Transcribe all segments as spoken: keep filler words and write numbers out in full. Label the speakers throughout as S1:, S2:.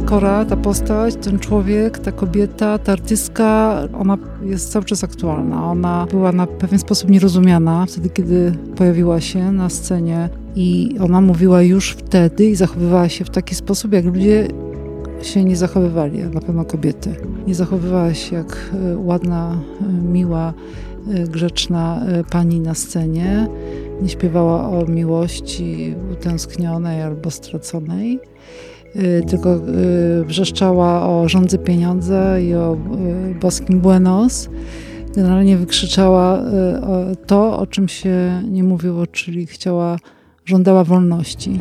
S1: Kora, ta postać, ten człowiek, ta kobieta, ta artystka, ona jest cały czas aktualna. Ona była na pewien sposób nierozumiana wtedy, kiedy pojawiła się na scenie i ona mówiła już wtedy i zachowywała się w taki sposób, jak ludzie się nie zachowywali, a na pewno kobiety. Nie zachowywała się jak ładna, miła, grzeczna pani na scenie. Nie śpiewała o miłości utęsknionej albo straconej, tylko wrzeszczała o żądzy pieniądze i o boskim Buenos. Generalnie wykrzyczała to, o czym się nie mówiło, czyli chciała, żądała wolności.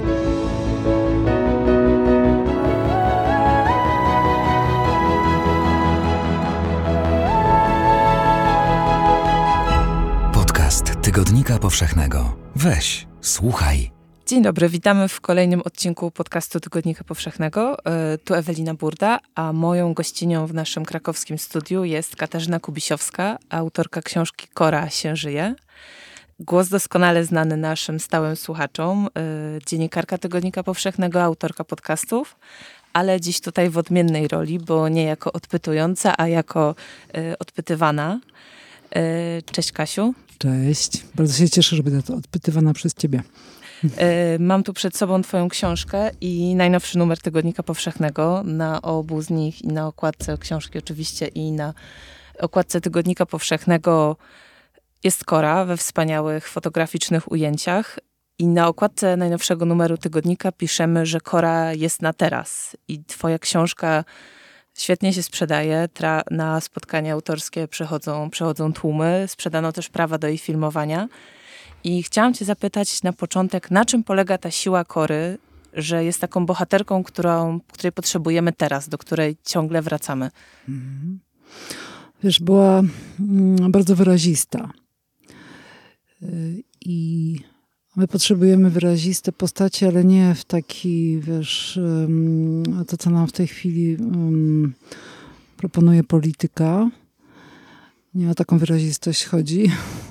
S2: Tygodnika Powszechnego. Weź, słuchaj.
S3: Dzień dobry, witamy w kolejnym odcinku podcastu Tygodnika Powszechnego. Tu Ewelina Burda, a moją gościnią w naszym krakowskim studiu jest Katarzyna Kubisiowska, autorka książki Kora się żyje. Głos doskonale znany naszym stałym słuchaczom, dziennikarka Tygodnika Powszechnego, autorka podcastów, ale dziś tutaj w odmiennej roli, bo nie jako odpytująca, a jako odpytywana. Cześć Kasiu.
S1: Cześć. Bardzo się cieszę, że będę odpytywana przez ciebie.
S3: Mam tu przed sobą twoją książkę i najnowszy numer Tygodnika Powszechnego. Na obu z nich i na okładce książki oczywiście i na okładce Tygodnika Powszechnego jest Kora we wspaniałych fotograficznych ujęciach. I na okładce najnowszego numeru Tygodnika piszemy, że Kora jest na teraz. I twoja książka świetnie się sprzedaje. Tra- na spotkania autorskie przychodzą, przychodzą tłumy. Sprzedano też prawa do jej filmowania. I chciałam cię zapytać na początek, na czym polega ta siła Kory, że jest taką bohaterką, którą, której potrzebujemy teraz, do której ciągle wracamy?
S1: Mhm. Wiesz, była mm, bardzo wyrazista. Yy, I my potrzebujemy wyraziste postaci, ale nie w taki, wiesz, um, to co nam w tej chwili um, proponuje polityka. Nie o taką wyrazistość chodzi.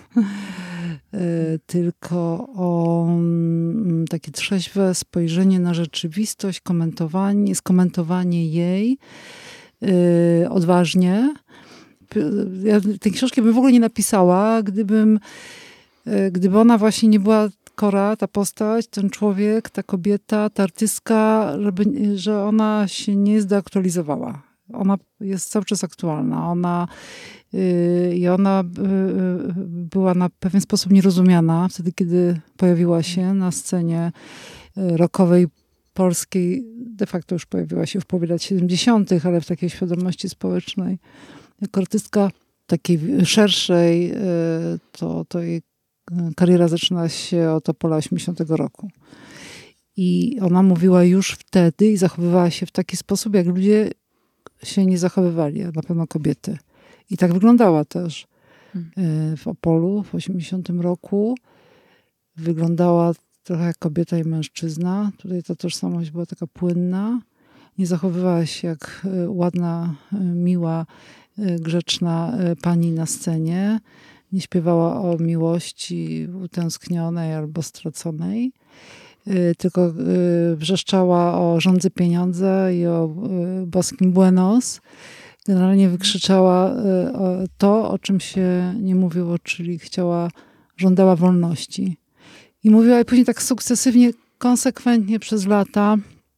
S1: Tylko o takie trzeźwe spojrzenie na rzeczywistość, komentowanie, skomentowanie jej yy, odważnie. Ja tej książki bym w ogóle nie napisała, gdybym, yy, gdyby ona właśnie nie była Kora, ta postać, ten człowiek, ta kobieta, ta artystka, żeby, że ona się nie zdeaktualizowała. Ona jest cały czas aktualna. Ona I ona była na pewien sposób nierozumiana wtedy, kiedy pojawiła się na scenie rockowej polskiej. De facto już pojawiła się w połowie lat siedemdziesiątych, ale w takiej świadomości społecznej. Jako artystka takiej szerszej, to, to jej kariera zaczyna się od Opola osiemdziesiątego roku. I ona mówiła już wtedy i zachowywała się w taki sposób, jak ludzie się nie zachowywali, a na pewno kobiety. I tak wyglądała też w Opolu w osiemdziesiątym roku. Wyglądała trochę jak kobieta i mężczyzna. Tutaj ta tożsamość była taka płynna. Nie zachowywała się jak ładna, miła, grzeczna pani na scenie. Nie śpiewała o miłości utęsknionej albo straconej. Tylko wrzeszczała o żądzy pieniądze i o boskim Buenos. Generalnie wykrzyczała to, o czym się nie mówiło, czyli chciała, żądała wolności. I mówiła i później tak sukcesywnie, konsekwentnie przez lata.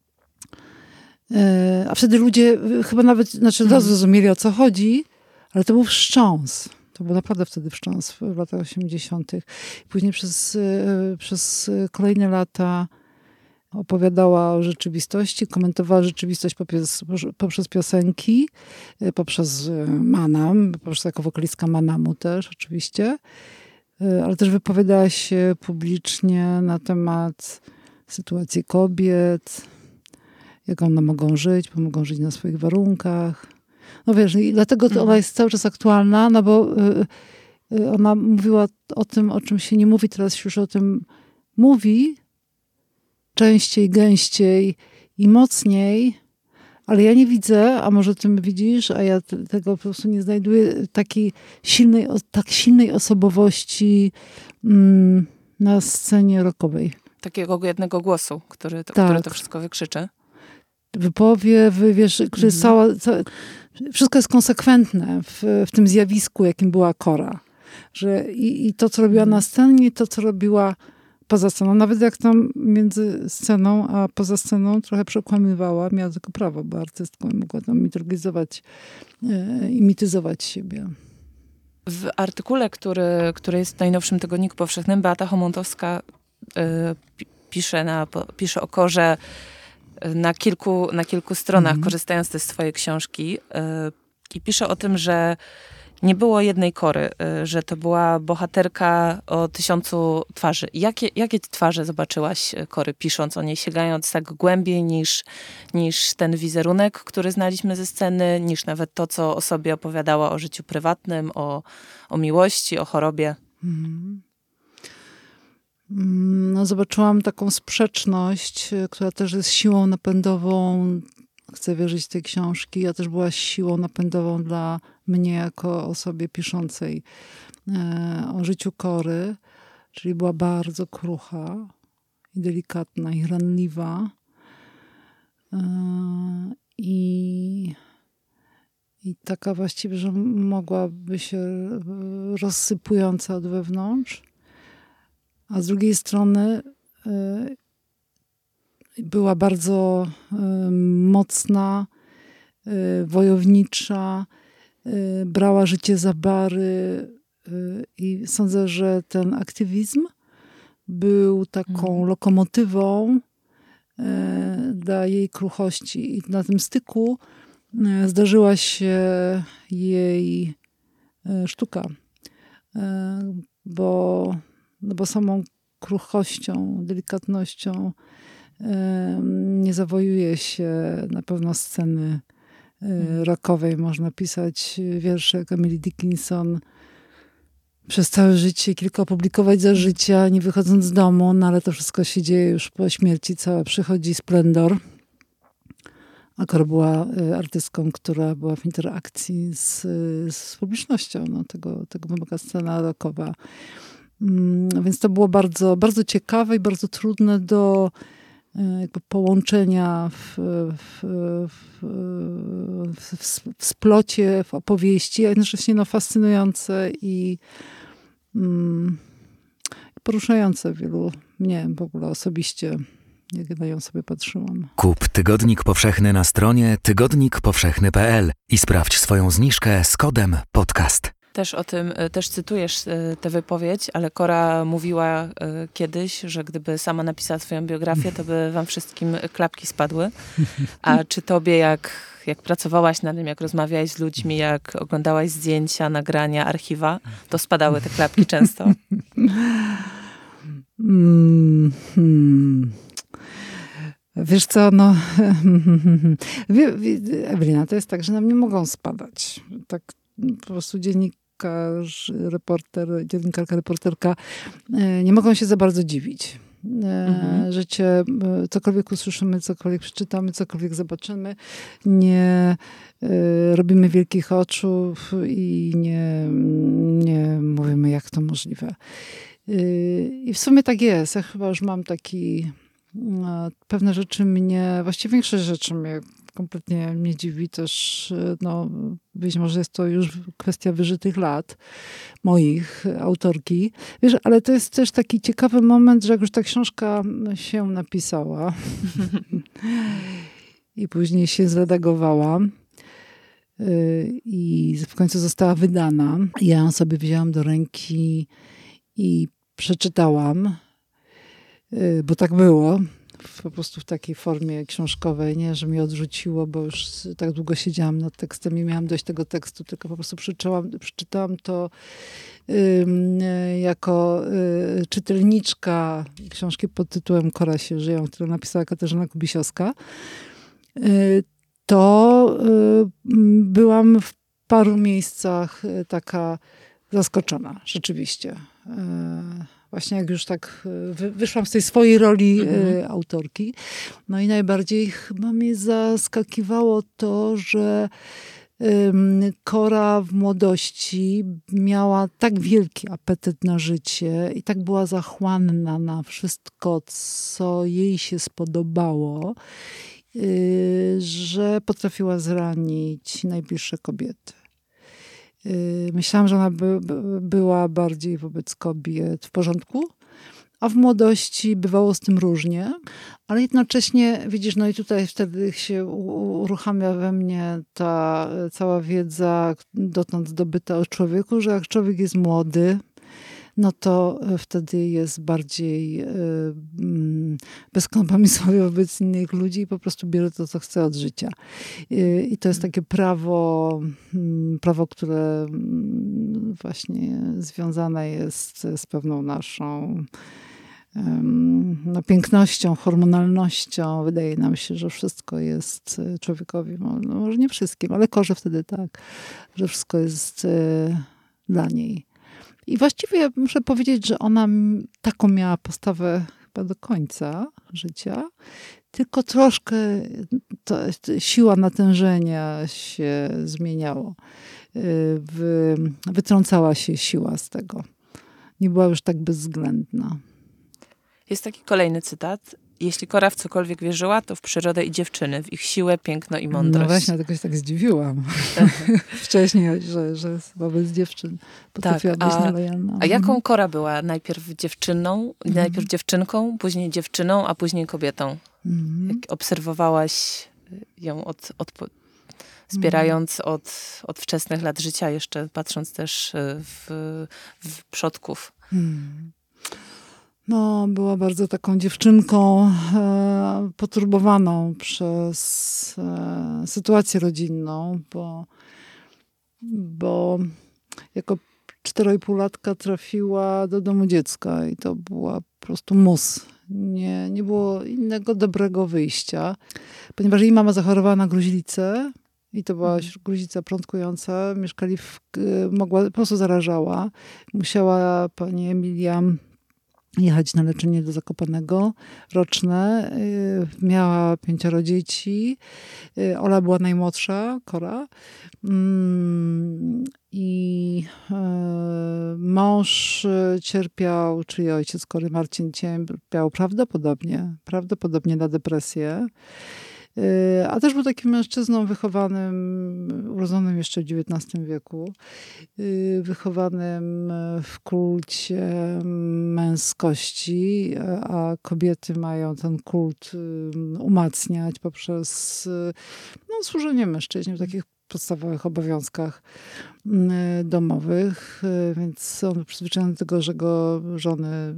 S1: A wtedy ludzie chyba nawet, znaczy hmm. zrozumieli, o co chodzi, ale to był wstrząs. To był naprawdę wtedy wstrząs w latach osiemdziesiątych. Później przez, przez kolejne lata opowiadała o rzeczywistości, komentowała rzeczywistość poprzez, poprzez piosenki, poprzez Manam, poprzez jako wokalistka Manamu też oczywiście, ale też wypowiadała się publicznie na temat sytuacji kobiet, jak one mogą żyć, bo mogą żyć na swoich warunkach. No wiesz, i dlatego to ona jest cały czas aktualna, no bo ona mówiła o tym, o czym się nie mówi, teraz już o tym mówi, częściej, gęściej i mocniej, ale ja nie widzę, a może ty widzisz, a ja te, tego po prostu nie znajduję, takiej silnej, tak silnej osobowości mm, na scenie rockowej.
S3: Takiego jednego głosu, który to,
S1: tak.
S3: który to wszystko wykrzyczy.
S1: wypowiew, wiesz, który mhm. cała, cała, wszystko jest konsekwentne w, w tym zjawisku, jakim była Cora. Że i, i to, co robiła mhm. na scenie, i to, co robiła poza sceną. Nawet jak tam między sceną a poza sceną trochę przekłamywała, miała tylko prawo, bo artystką i mogła tam mitologizować, e, imityzować siebie.
S3: W artykule, który, który jest w najnowszym Tygodniku Powszechnym, Beata Homontowska y, pisze, na, pisze o Corze na kilku, na kilku stronach, mhm. korzystając też z twojej książki. Y, I pisze o tym, że nie było jednej Cory, y, że to była bohaterka o tysiącu twarzy. Jakie, jakie twarze zobaczyłaś Cory, pisząc o niej, sięgając tak głębiej niż, niż ten wizerunek, który znaliśmy ze sceny, niż nawet to, co o sobie opowiadała o życiu prywatnym, o, o miłości, o chorobie?
S1: Mhm. No, zobaczyłam taką sprzeczność, która też jest siłą napędową, chcę wierzyć, tej książki, a też była siłą napędową dla mnie jako osobie piszącej e, o życiu Cory, czyli była bardzo krucha i delikatna i ranliwa e, i, i taka właściwie, że mogłaby się rozsypująca od wewnątrz, a z drugiej strony e, była bardzo y, mocna, y, wojownicza, y, brała życie za bary y, i sądzę, że ten aktywizm był taką mm. lokomotywą y, dla jej kruchości. I na tym styku y, zdarzyła się jej y, sztuka, y, bo, no bo samą kruchością, delikatnością nie zawojuje się na pewno sceny rockowej. Można pisać wiersze jak Emily Dickinson przez całe życie, kilka opublikować za życia, nie wychodząc z domu, no ale to wszystko się dzieje już po śmierci, cała przychodzi splendor. A Cora była artystką, która była w interakcji z, z publicznością. No, tego, tego wymaga scena rockowa. Więc to było bardzo, bardzo ciekawe i bardzo trudne do jakby połączenia w, w, w, w, w splocie, w opowieści, a jednocześnie no, fascynujące i mm, poruszające wielu mnie w ogóle osobiście, jak na nią sobie patrzyłam.
S2: Kup Tygodnik Powszechny na stronie tygodnik powszechny kropka p l i sprawdź swoją zniżkę z kodem podcast.
S3: Też o tym, też cytujesz tę wypowiedź, ale Cora mówiła kiedyś, że gdyby sama napisała swoją biografię, to by wam wszystkim klapki spadły. A czy tobie, jak, jak pracowałaś nad tym, jak rozmawiałaś z ludźmi, jak oglądałaś zdjęcia, nagrania, archiwa, to spadały te klapki często?
S1: Mm, hmm. Wiesz co, no Ewelina, to jest tak, że nam nie mogą spadać. Tak po prostu dziennikarz, reporter, dziennikarka, reporterka nie mogą się za bardzo dziwić. Mhm. Życie, cokolwiek usłyszymy, cokolwiek przeczytamy, cokolwiek zobaczymy, nie robimy wielkich oczu i nie, nie mówimy, jak to możliwe. I w sumie tak jest. Ja chyba już mam taki... Pewne rzeczy mnie, właściwie większość rzeczy mnie kompletnie nie dziwi. Też, no, być może jest to już kwestia wyżytych lat moich, autorki. Wiesz, ale to jest też taki ciekawy moment, że jak już ta książka się napisała i później się zredagowała i w końcu została wydana, ja ją sobie wzięłam do ręki i przeczytałam, bo tak było, po prostu w takiej formie książkowej, nie, że mi odrzuciło, bo już tak długo siedziałam nad tekstem i miałam dość tego tekstu, tylko po prostu przeczytałam, przeczytałam to y, jako y, czytelniczka książki pod tytułem Cora się żyją, którą napisała Katarzyna Kubisiowska. Y, to y, byłam w paru miejscach taka zaskoczona, rzeczywiście. Y, Właśnie jak już tak wyszłam z tej swojej roli mhm. autorki. No i najbardziej chyba mnie zaskakiwało to, że Cora w młodości miała tak wielki apetyt na życie i tak była zachłanna na wszystko, co jej się spodobało. że potrafiła zranić najbliższe kobiety. Myślałam, że ona by, by, była bardziej wobec kobiet w porządku, a w młodości bywało z tym różnie, ale jednocześnie, widzisz, no i tutaj wtedy się uruchamia we mnie ta cała wiedza dotąd zdobyta o człowieku, że jak człowiek jest młody, no to wtedy jest bardziej y, y, bezkompromisowy wobec innych ludzi i po prostu bierze to, co chce od życia. Y, I to jest takie prawo, y, prawo, które y, właśnie związane jest z pewną naszą y, no, pięknością, hormonalnością. Wydaje nam się, że wszystko jest człowiekowi, no, może nie wszystkim, ale korze wtedy tak, że wszystko jest y, dla niej. I właściwie muszę powiedzieć, że ona taką miała postawę chyba do końca życia, tylko troszkę to, to siła natężenia się zmieniało. Wy, wytrącała się siła z tego. Nie była już tak bezwzględna.
S3: Jest taki kolejny cytat. Jeśli Kora w cokolwiek wierzyła, to w przyrodę i dziewczyny, w ich siłę, piękno i mądrość.
S1: No właśnie, dlatego się tak zdziwiłam. Wcześniej, że, że wobec dziewczyn potrafiła
S3: tak,
S1: być nielojalna.
S3: A jaką Kora była? Najpierw dziewczyną, mm. najpierw dziewczynką, później dziewczyną, a później kobietą. Mm. Jak obserwowałaś ją od, od, zbierając mm. od, od wczesnych lat życia, jeszcze patrząc też w, w przodków. Mm.
S1: No, była bardzo taką dziewczynką e, poturbowaną przez e, sytuację rodzinną, bo, bo jako cztero i pół latka trafiła do domu dziecka i to była po prostu mus. Nie, nie było innego dobrego wyjścia, ponieważ jej mama zachorowała na gruźlicę i to była gruźlica prądkująca. Mieszkali w, mogła, po prostu zarażała. Musiała pani Emilia jechać na leczenie do Zakopanego roczne. Miała pięcioro dzieci. Ola była najmłodsza, Kora. I mąż cierpiał, czyli ojciec Kory, Marcin, cierpiał prawdopodobnie, prawdopodobnie na depresję. A też był takim mężczyzną wychowanym, urodzonym jeszcze w dziewiętnastym wieku, wychowanym w kulcie męskości, a kobiety mają ten kult umacniać poprzez no, służenie mężczyźnie w takich podstawowych obowiązkach domowych, więc on był przyzwyczajony do tego, że go żony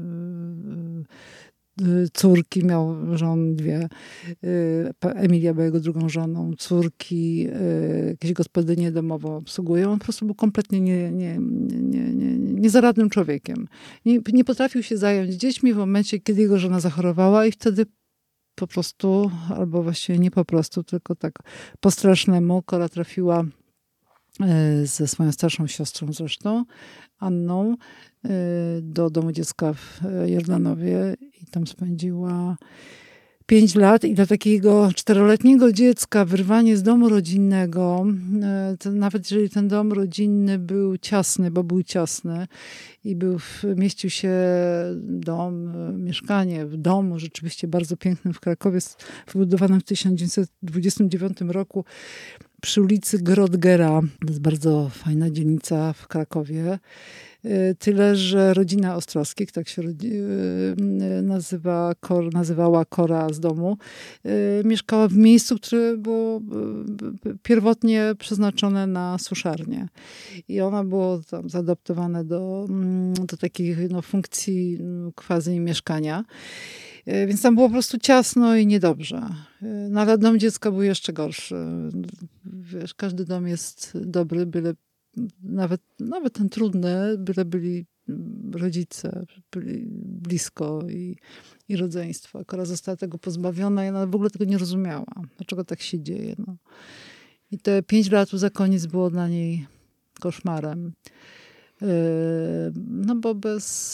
S1: córki, miał żon dwie. Emilia była jego drugą żoną. Córki jakieś gospodynie domowe obsługują. On po prostu był kompletnie nie, nie, nie, nie, niezaradnym człowiekiem. Nie, nie potrafił się zająć dziećmi w momencie, kiedy jego żona zachorowała i wtedy po prostu, albo właściwie nie po prostu, tylko tak po strasznemu Kora trafiła ze swoją starszą siostrą zresztą, Anną, do domu dziecka w Jordanowie i tam spędziła pięć lat. I dla takiego czteroletniego dziecka wyrwanie z domu rodzinnego, to nawet jeżeli ten dom rodzinny był ciasny, bo był ciasny i był w, mieścił się dom, mieszkanie w domu rzeczywiście bardzo pięknym w Krakowie, wybudowanym w tysiąc dziewięćset dwudziestym dziewiątym roku przy ulicy Grodgera. To jest bardzo fajna dzielnica w Krakowie. Tyle, że rodzina Ostrowskich, tak się nazywa, Kor, nazywała Kora z domu, mieszkała w miejscu, które było pierwotnie przeznaczone na suszarnię. I ona była tam zaadaptowane do, do takich no, funkcji quasi mieszkania. Więc tam było po prostu ciasno i niedobrze. No, ale dom dziecka był jeszcze gorszy. Wiesz, każdy dom jest dobry, byle Nawet, nawet ten trudny, byle byli rodzice, byli blisko i, i rodzeństwo. Kora została tego pozbawiona i ona w ogóle tego nie rozumiała. Dlaczego tak się dzieje? No. I te pięć lat za koniec było dla niej koszmarem. No bo bez,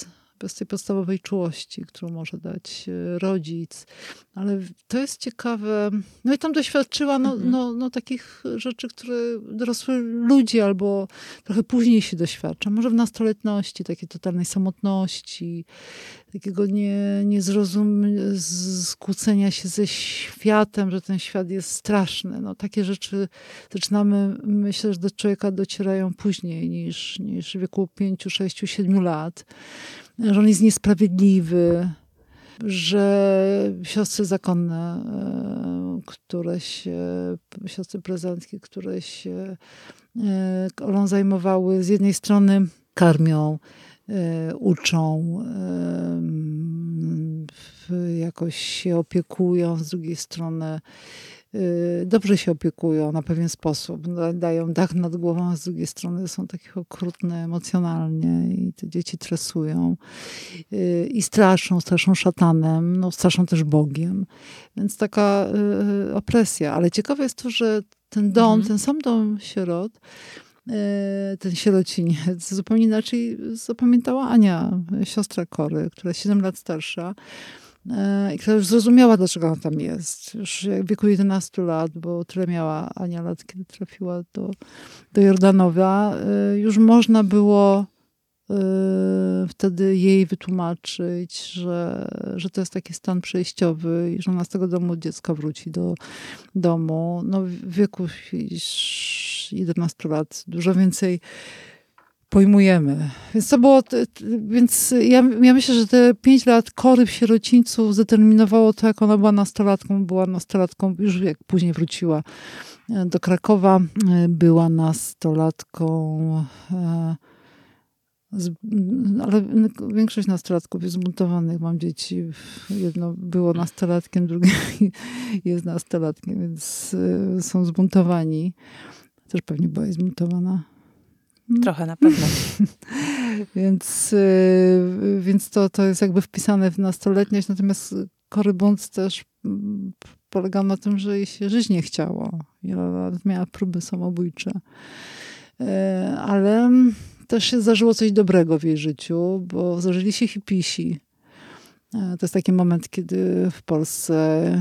S1: bez tej podstawowej czułości, którą może dać rodzic. Ale to jest ciekawe. No i tam doświadczyła no,
S3: Mhm.
S1: no, no, takich rzeczy, które dorosły ludzie albo trochę później się doświadcza. Może w nastoletności, takiej totalnej samotności, takiego nie, niezrozum, skłócenia się ze światem, że ten świat jest straszny. No, takie rzeczy zaczynamy, myślę, że do człowieka docierają później niż, niż w wieku pięciu, sześciu, siedmiu lat. Że on jest niesprawiedliwy, że siostry zakonne, które się, siostry prezentki, które się Olą zajmowały, z jednej strony karmią, uczą, jakoś się opiekują, z drugiej strony dobrze się opiekują na pewien sposób. Dają dach nad głową, a z drugiej strony są takie okrutne emocjonalnie i te dzieci tresują i straszą, straszą szatanem, no straszą też Bogiem. Więc taka opresja. Ale ciekawe jest to, że ten dom, mhm. ten sam dom sierot, ten sierociniec zupełnie inaczej zapamiętała Ania, siostra Kory, która jest siedem lat starsza i która już zrozumiała, dlaczego ona tam jest. Już w wieku jedenastu lat, bo tyle miała Ania lat, kiedy trafiła do, do Jordanowa. Już można było wtedy jej wytłumaczyć, że, że to jest taki stan przejściowy i że ona z tego domu dziecka wróci do domu. No, w wieku jedenastu lat dużo więcej pojmujemy. Więc to było, więc ja, ja myślę, że te pięć lat Kory w sierocińcu zdeterminowało to, jak ona była nastolatką. Była nastolatką, już jak później wróciła do Krakowa, była nastolatką, z, ale większość nastolatków jest zbuntowanych. Mam dzieci, jedno było nastolatkiem, drugie jest nastolatkiem, więc są zbuntowani. Też pewnie była zbuntowana.
S3: Trochę na pewno.
S1: więc więc to, to jest jakby wpisane w nastoletniość. Natomiast Kory bunt też polegał na tym, że jej się żyć nie chciało. Miała próby samobójcze. Ale też się zdarzyło coś dobrego w jej życiu, bo zdarzyli się hipisi. To jest taki moment, kiedy w Polsce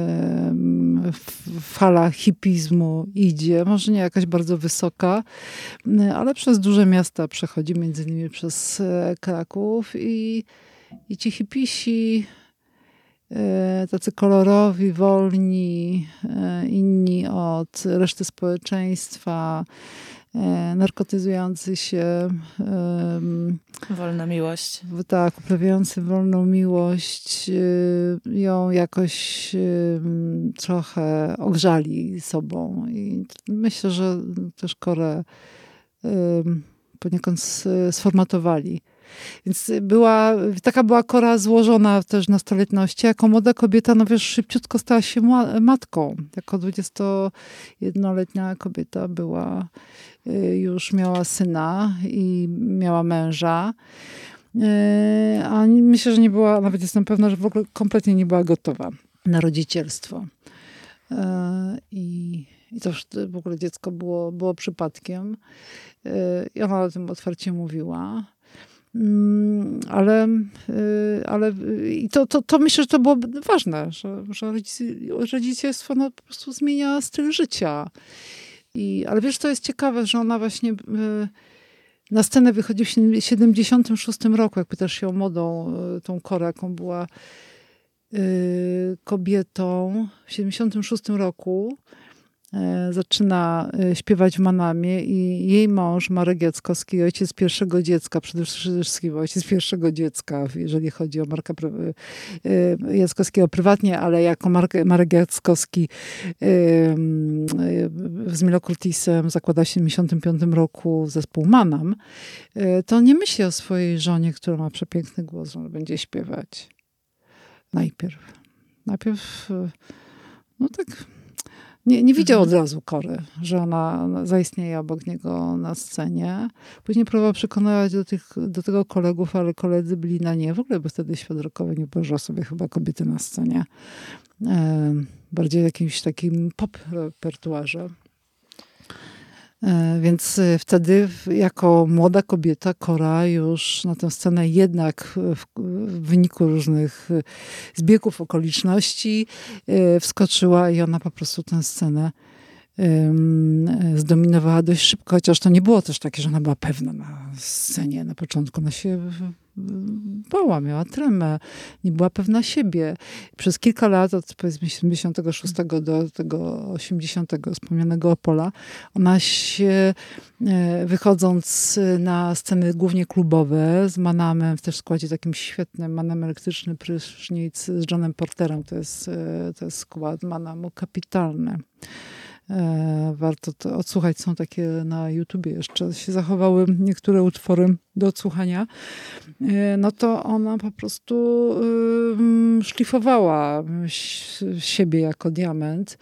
S1: fala hipizmu idzie. Może nie jakaś bardzo wysoka, ale przez duże miasta przechodzi, między innymi przez Kraków. I, i ci hipisi, tacy kolorowi, wolni, inni od reszty społeczeństwa, narkotyzujący się.
S3: Wolna miłość.
S1: Tak, uprawiający wolną miłość, ją jakoś trochę ogrzali sobą. I myślę, że też Korę poniekąd sformatowali. Więc była, taka była Kora złożona też nastoletności. Jako młoda kobieta, no wiesz, szybciutko stała się matką. Jako dwudziestojednoletnia kobieta była, już miała syna i miała męża. A myślę, że nie była, nawet jestem pewna, że w ogóle kompletnie nie była gotowa na rodzicielstwo. I, i to w ogóle dziecko było, było przypadkiem. I ona o tym otwarcie mówiła. Ale, ale i to, to, to myślę, że to było ważne, że, że rodzicielstwo no, po prostu zmienia styl życia. I, ale wiesz, to jest ciekawe, że ona właśnie na scenę wychodzi w siedemdziesiątym szóstym roku, jak pytasz się o młodą tą Korę, jaką była kobietą w siedemdziesiątym szóstym roku. Zaczyna śpiewać w Manamie i jej mąż, Marek Jackowski, ojciec pierwszego dziecka, przede wszystkim ojciec pierwszego dziecka, jeżeli chodzi o Marka Jackowskiego prywatnie, ale jako Mark, Marek Jackowski z Milo Curtisem zakłada w siedemdziesiątym piątym roku zespół Manam, to nie myśli o swojej żonie, która ma przepiękny głos, że ona będzie śpiewać. Najpierw. Najpierw, no tak... Nie, nie widział od razu Kory, że ona zaistnieje obok niego na scenie. Później próbował przekonywać do, tych, do tego kolegów, ale koledzy byli na nie. W ogóle, bo wtedy świat rockowy nie wyobrażał sobie chyba kobiety na scenie. E, bardziej w jakimś takim pop repertuarze. Więc wtedy jako młoda kobieta Kora już na tę scenę jednak w, w wyniku różnych zbiegów okoliczności wskoczyła i ona po prostu tę scenę zdominowała dość szybko, chociaż to nie było też takie, że ona była pewna na scenie. Na początku ona się bała, miała tremę, nie była pewna siebie. Przez kilka lat, od powiedzmy siedemdziesiątego szóstego do tego osiemdziesiątego wspomnianego Opola, ona się, wychodząc na sceny głównie klubowe, z Manamem, w też składzie takim świetnym, Manam Elektryczny Prysznic z Johnem Porterem, to jest, to jest skład Manamu kapitalny. Warto to odsłuchać. Są takie na YouTubie jeszcze się zachowały niektóre utwory do odsłuchania. No to ona po prostu szlifowała siebie jako diament.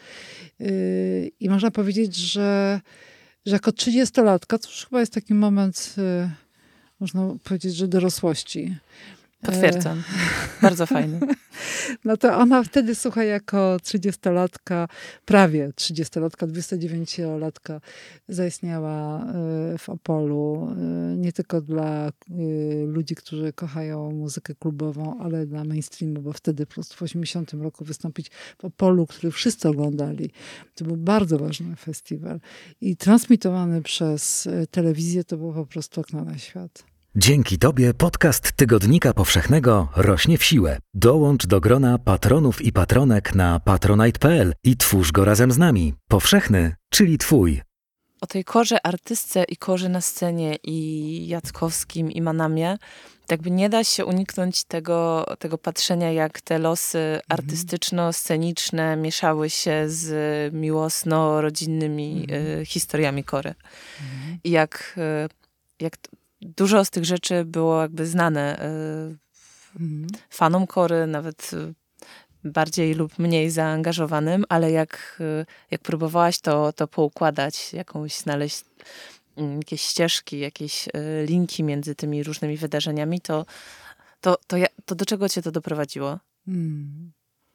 S1: I można powiedzieć, że, że jako trzydziestolatka, to już chyba jest taki moment, można powiedzieć, że dorosłości.
S3: Potwierdzam. Bardzo fajny.
S1: No to ona wtedy, słuchaj, jako trzydziestolatka, prawie trzydziestolatka, dwudziestodziewięciolatka zaistniała w Opolu. Nie tylko dla ludzi, którzy kochają muzykę klubową, ale dla mainstreamu, bo wtedy po prostu w osiemdziesiątym roku wystąpić w Opolu, który wszyscy oglądali. To był bardzo ważny festiwal. I transmitowany przez telewizję to było po prostu okno na świat.
S2: Dzięki Tobie podcast Tygodnika Powszechnego rośnie w siłę. Dołącz do grona patronów i patronek na patronite kropka p l i twórz go razem z nami. Powszechny, czyli Twój.
S3: O tej Korze artystce i Korze na scenie i Jackowskim i Manamie, tak by nie da się uniknąć tego, tego patrzenia, jak te losy artystyczno-sceniczne mieszały się z miłosno-rodzinnymi mm. y, historiami Kory. Mm. I jak, y, jak dużo z tych rzeczy było jakby znane y, mm. fanom Kory, nawet y, bardziej lub mniej zaangażowanym, ale jak, y, jak próbowałaś to, to poukładać, jakąś znaleźć y, jakieś ścieżki, jakieś y, linki między tymi różnymi wydarzeniami, to, to, to, ja, to do czego cię to doprowadziło?
S1: Mm.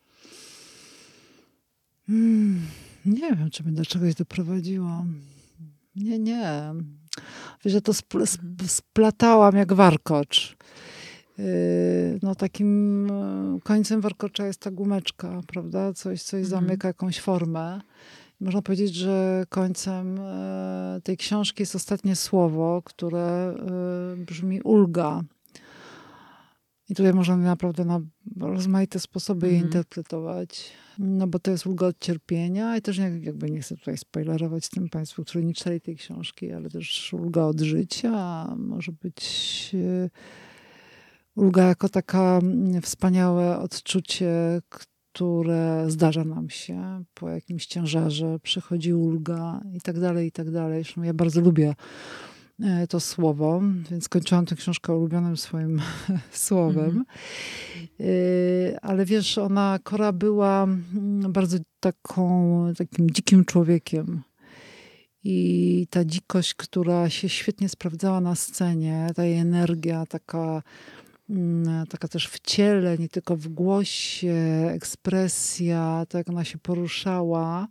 S1: Mm. Nie wiem, czy mnie do czegoś doprowadziło. Nie, nie. Wiesz, że to spl- sp- splatałam jak warkocz. Yy, no takim końcem warkocza jest ta gumeczka, prawda? Coś, coś mhm. zamyka jakąś formę. Można powiedzieć, że końcem e, tej książki jest ostatnie słowo, które e, brzmi ulga. I tutaj można naprawdę na rozmaite sposoby mm. je interpretować. No bo to jest ulga od cierpienia i też jakby nie chcę tutaj spoilerować tym państwu, którzy nie czytali tej książki, ale też ulga od życia. Może być e, ulga jako taka wspaniałe odczucie, które zdarza nam się po jakimś ciężarze, przychodzi ulga i tak dalej, i tak dalej. Zresztą ja bardzo lubię to słowo, więc skończyłam tę książkę ulubionym swoim słowem. Mm-hmm. Ale wiesz, ona, Kora była bardzo taką, takim dzikim człowiekiem. I ta dzikość, która się świetnie sprawdzała na scenie, ta jej energia, taka taka też w ciele, nie tylko w głosie, ekspresja, tak jak ona się poruszała.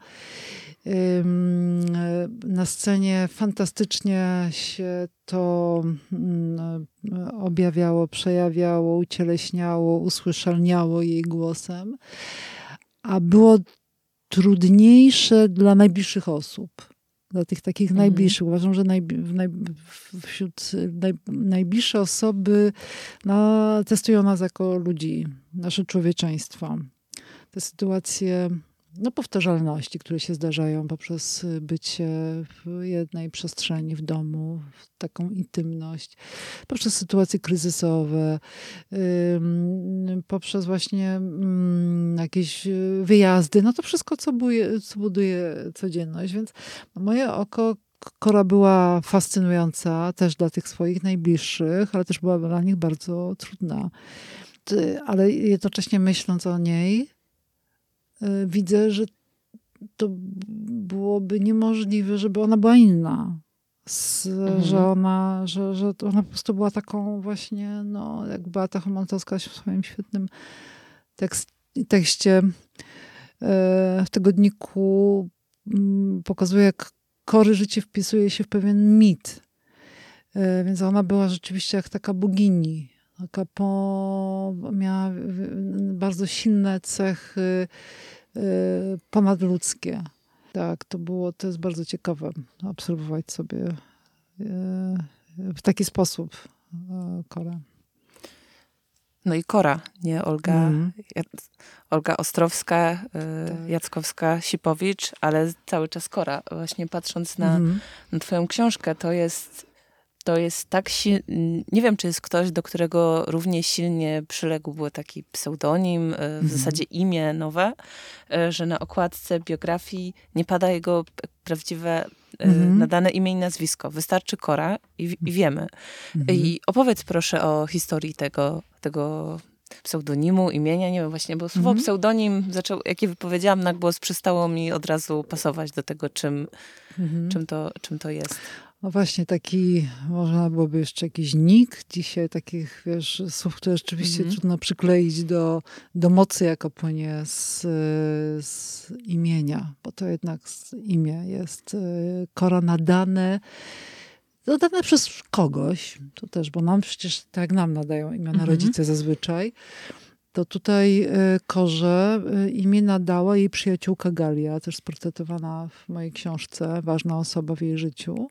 S1: Na scenie fantastycznie się to objawiało, przejawiało, ucieleśniało, usłyszalniało jej głosem, a było trudniejsze dla najbliższych osób. Dla tych takich mhm. najbliższych. Uważam, że naj, naj, wśród naj, najbliższe osoby no, testują nas jako ludzi, nasze człowieczeństwo. Te sytuacje no, powtarzalności, które się zdarzają poprzez bycie w jednej przestrzeni, w domu, w taką intymność, poprzez sytuacje kryzysowe, yy, poprzez właśnie yy, jakieś wyjazdy, no to wszystko, co buduje, co buduje codzienność. Więc moje oko, Kora była fascynująca też dla tych swoich najbliższych, ale też była dla nich bardzo trudna. Ale jednocześnie myśląc o niej, widzę, że to byłoby niemożliwe, żeby ona była inna. Z, mhm. Że ona, że, że ona po prostu była taką właśnie, no, jak Beata Chomantowska w swoim świetnym tekst, tekście w tygodniku pokazuje, jak Kory życie wpisuje się w pewien mit. Więc ona była rzeczywiście jak taka bogini. Taka po, miała bardzo silne cechy ponadludzkie. Tak, to było, to jest bardzo ciekawe obserwować sobie w taki sposób Korę.
S3: No i Kora, nie Olga, mm. Olga Ostrowska,
S1: tak.
S3: Jackowska, Sipowicz, ale cały czas Kora. Właśnie patrząc na, mm. na twoją książkę, to jest, to jest tak silny, nie wiem, czy jest ktoś, do którego równie silnie przyległ taki pseudonim, w mm. zasadzie imię nowe, że na okładce biografii nie pada jego prawdziwe mm-hmm. nadane imię i nazwisko. Wystarczy Kora i, i wiemy. Mm-hmm. I opowiedz proszę o historii tego, tego pseudonimu, imienia. Nie wiem właśnie, bo słowo mm-hmm. pseudonim, zaczął, jak je wypowiedziałam na głos, przestało mi od razu pasować do tego, czym, mm-hmm. czym, to, czym to jest.
S1: No właśnie taki, można byłoby jeszcze jakiś nick dzisiaj, takich, wiesz, słów, które rzeczywiście mm-hmm. trudno przykleić do, do mocy, jaka płynie z, z imienia, bo to jednak imię jest Kora nadane, nadane przez kogoś, to też, bo nam przecież, tak jak nam nadają imiona mm-hmm. rodzice zazwyczaj, to tutaj Korze imię nadała jej przyjaciółka Galia, też sportretowana w mojej książce, ważna osoba w jej życiu.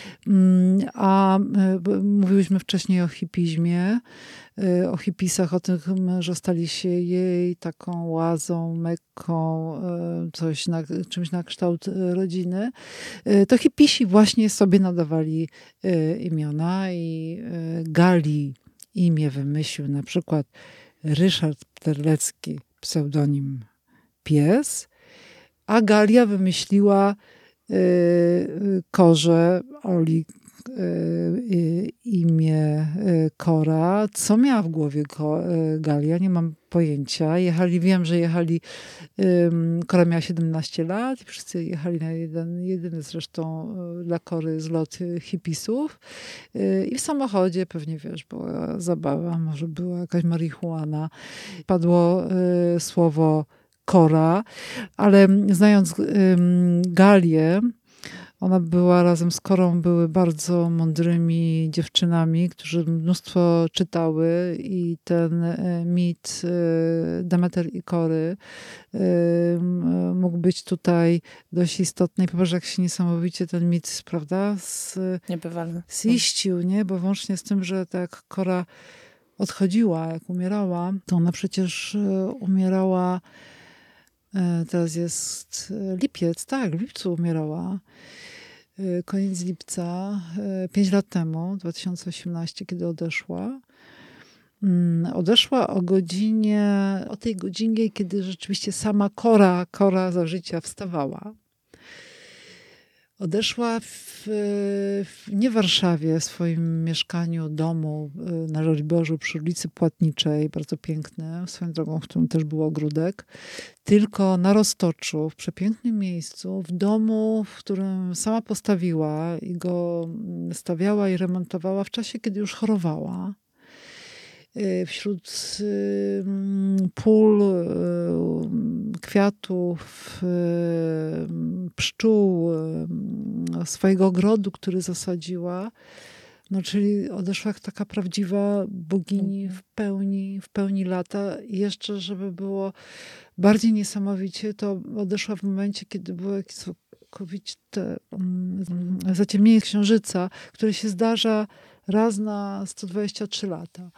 S1: A mówiłyśmy wcześniej o hipizmie, o hipisach, o tym, że stali się jej taką łazą, mekką, coś na, czymś na kształt rodziny. To hipisi właśnie sobie nadawali imiona i Gali imię wymyślił na przykład Ryszard Terlecki, pseudonim Pies, a Galia wymyśliła y, Korze, Oli, y, imię y, Kora. Co miała w głowie Ko, y, Galia? Nie mam pojęcia. Jechali, wiem, że jechali, y, Kora miała siedemnaście lat i wszyscy jechali na jeden, jedyny zresztą y, dla Kory zlot hipisów. Y, I w samochodzie pewnie, wiesz, była zabawa, może była jakaś marihuana. Padło y, słowo Kora, ale znając y, Galię, ona była razem z Korą, były bardzo mądrymi dziewczynami, którzy mnóstwo czytały i ten mit Demeter i Kory mógł być tutaj dość istotny. I popatrz, jak się niesamowicie ten mit, prawda, z, ziścił, nie? Bo włącznie z tym, że tak Kora odchodziła, jak umierała, to ona przecież umierała, teraz jest lipiec, tak, w lipcu umierała. Koniec lipca, pięć lat temu, dwa tysiące osiemnasty, kiedy odeszła. Odeszła o godzinie, o tej godzinie, kiedy rzeczywiście sama Kora, Kora za życia wstawała. Odeszła w, w, nie w Warszawie, w swoim mieszkaniu, domu na Żoliborzu przy ulicy Płatniczej, bardzo piękne, swoją drogą, w którym też był ogródek, tylko na Roztoczu, w przepięknym miejscu, w domu, w którym sama postawiła i go stawiała i remontowała w czasie, kiedy już chorowała. Wśród pól, kwiatów, pszczół, swojego ogrodu, który zasadziła. No, czyli odeszła jak taka prawdziwa bogini w pełni, w pełni lata. I jeszcze, żeby było bardziej niesamowicie, to odeszła w momencie, kiedy było jakieś całkowite zaciemnienie księżyca, które się zdarza raz na sto dwadzieścia trzy lata.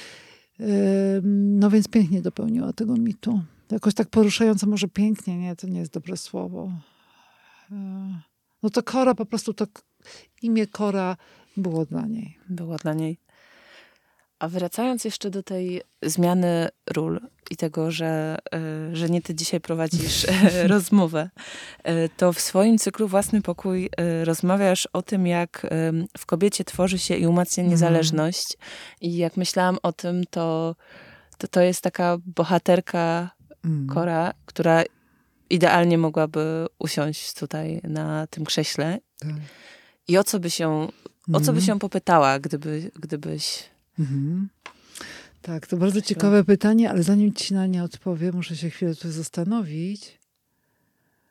S1: No więc pięknie dopełniła tego mitu. Jakoś tak poruszająco, może pięknie, nie, to nie jest dobre słowo. No to Kora, po prostu to imię Kora było dla niej.
S3: Było dla niej. A wracając jeszcze do tej zmiany ról i tego, że, że nie ty dzisiaj prowadzisz rozmowę, to w swoim cyklu Własny Pokój rozmawiasz o tym, jak w kobiecie tworzy się i umacnia niezależność. Mm. I jak myślałam o tym, to to, to jest taka bohaterka mm. Kora, która idealnie mogłaby usiąść tutaj na tym krześle. Tak. I o co by się, mm. o co by się popytała, gdyby, gdybyś...
S1: Mhm. Tak, to bardzo ciekawe pytanie, ale zanim ci na nie odpowiem, muszę się chwilę tu zastanowić.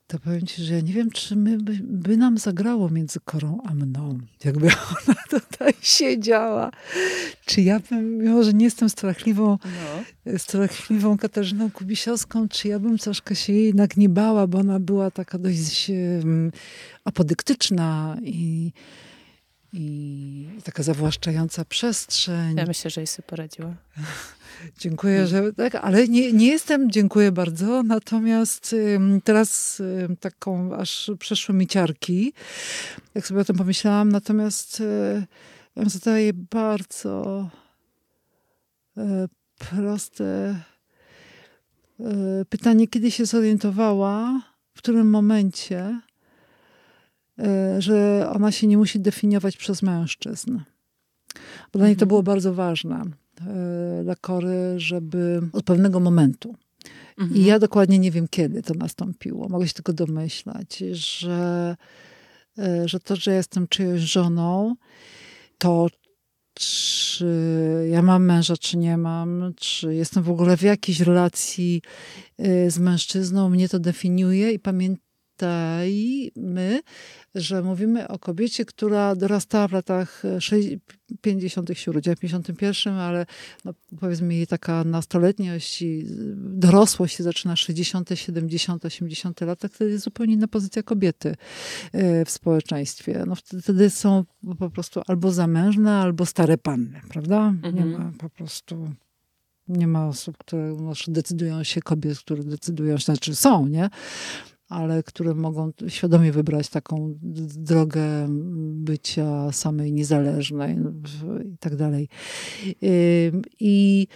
S1: to powiem ci, że ja nie wiem, czy my by, by nam zagrało między Korą a mną, jakby ona tutaj siedziała. Czy ja bym, mimo że nie jestem strachliwą, no. strachliwą Katarzyną Kubisiowską, czy ja bym troszkę się jej jednak nie bała, bo ona była taka dość um, apodyktyczna i, i taka zawłaszczająca przestrzeń.
S3: Ja myślę, że jej sobie poradziła.
S1: Dziękuję, że tak, ale nie, nie jestem, dziękuję bardzo. Natomiast ym, teraz ym, taką aż przeszły mi ciarki, jak sobie o tym pomyślałam. Natomiast y, ja bym zadaję bardzo y, proste y, pytanie, kiedy się zorientowała, w którym momencie, y, że ona się nie musi definiować przez mężczyzn. Bo dla niej to było bardzo ważne. Dla Kory, żeby od pewnego momentu. Mhm. I ja dokładnie nie wiem, kiedy to nastąpiło. Mogę się tylko domyślać, że, że to, że jestem czyjąś żoną, to czy ja mam męża, czy nie mam, czy jestem w ogóle w jakiejś relacji z mężczyzną, mnie to definiuje i pamiętajmy, że mówimy o kobiecie, która dorastała w latach pięćdziesiątych się urodziła w pięćdziesiątym pierwszym, ale no, powiedzmy jej taka nastoletniość i dorosłość się zaczyna sześćdziesiąte, siedemdziesiąte, osiemdziesiąte lata, wtedy jest zupełnie inna pozycja kobiety w społeczeństwie. No, wtedy są po prostu albo zamężne, albo stare panny, prawda? Mhm. Nie ma po prostu... Nie ma osób, które decydują się, kobiet, które decydują się, znaczy są, nie? Ale które mogą świadomie wybrać taką drogę bycia samej niezależnej i tak dalej. I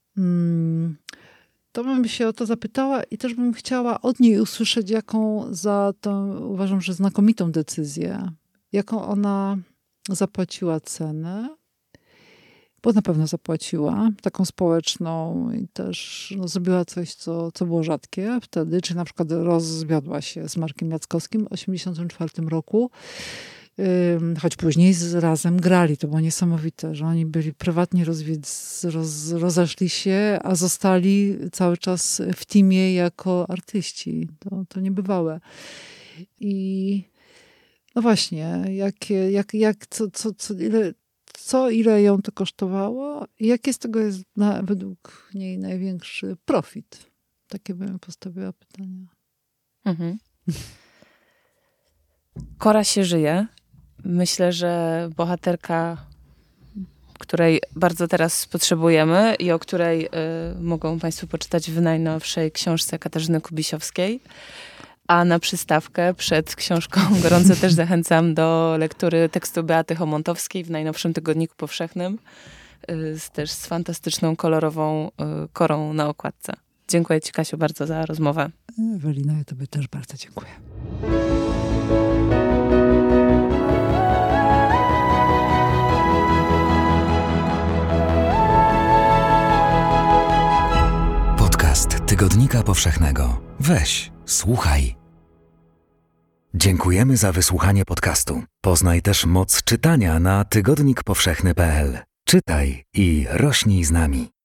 S1: to bym się o to zapytała i też bym chciała od niej usłyszeć, jaką za tą, uważam, że znakomitą decyzję, jaką ona zapłaciła cenę, bo na pewno zapłaciła, taką społeczną i też no, zrobiła coś, co, co było rzadkie wtedy, czy na przykład rozwiodła się z Markiem Jackowskim w osiemdziesiątym czwartym roku, ym, choć później z, razem grali. To było niesamowite, że oni byli prywatnie rozwiedz, roz, rozeszli się, a zostali cały czas w teamie jako artyści. To, to niebywałe. I no właśnie, jakie, jak, jak, co, co, co, ile co, ile ją to kosztowało i jaki z tego jest na, według niej największy profit? Takie bym postawiła pytania.
S3: Mhm. Kora się żyje. Myślę, że bohaterka, której bardzo teraz potrzebujemy i o której y, mogą Państwo poczytać w najnowszej książce Katarzyny Kubisiowskiej. A na przystawkę przed książką gorąco też zachęcam do lektury tekstu Beaty Homontowskiej w najnowszym Tygodniku Powszechnym, z, też z fantastyczną, kolorową Korą na okładce. Dziękuję Ci, Kasiu, bardzo za rozmowę.
S1: Ewelina, ja Tobie też bardzo dziękuję.
S2: Podcast Tygodnika Powszechnego. Weź, słuchaj. Dziękujemy za wysłuchanie podcastu. Poznaj też moc czytania na tygodnik powszechny kropka p l. Czytaj i rośnij z nami.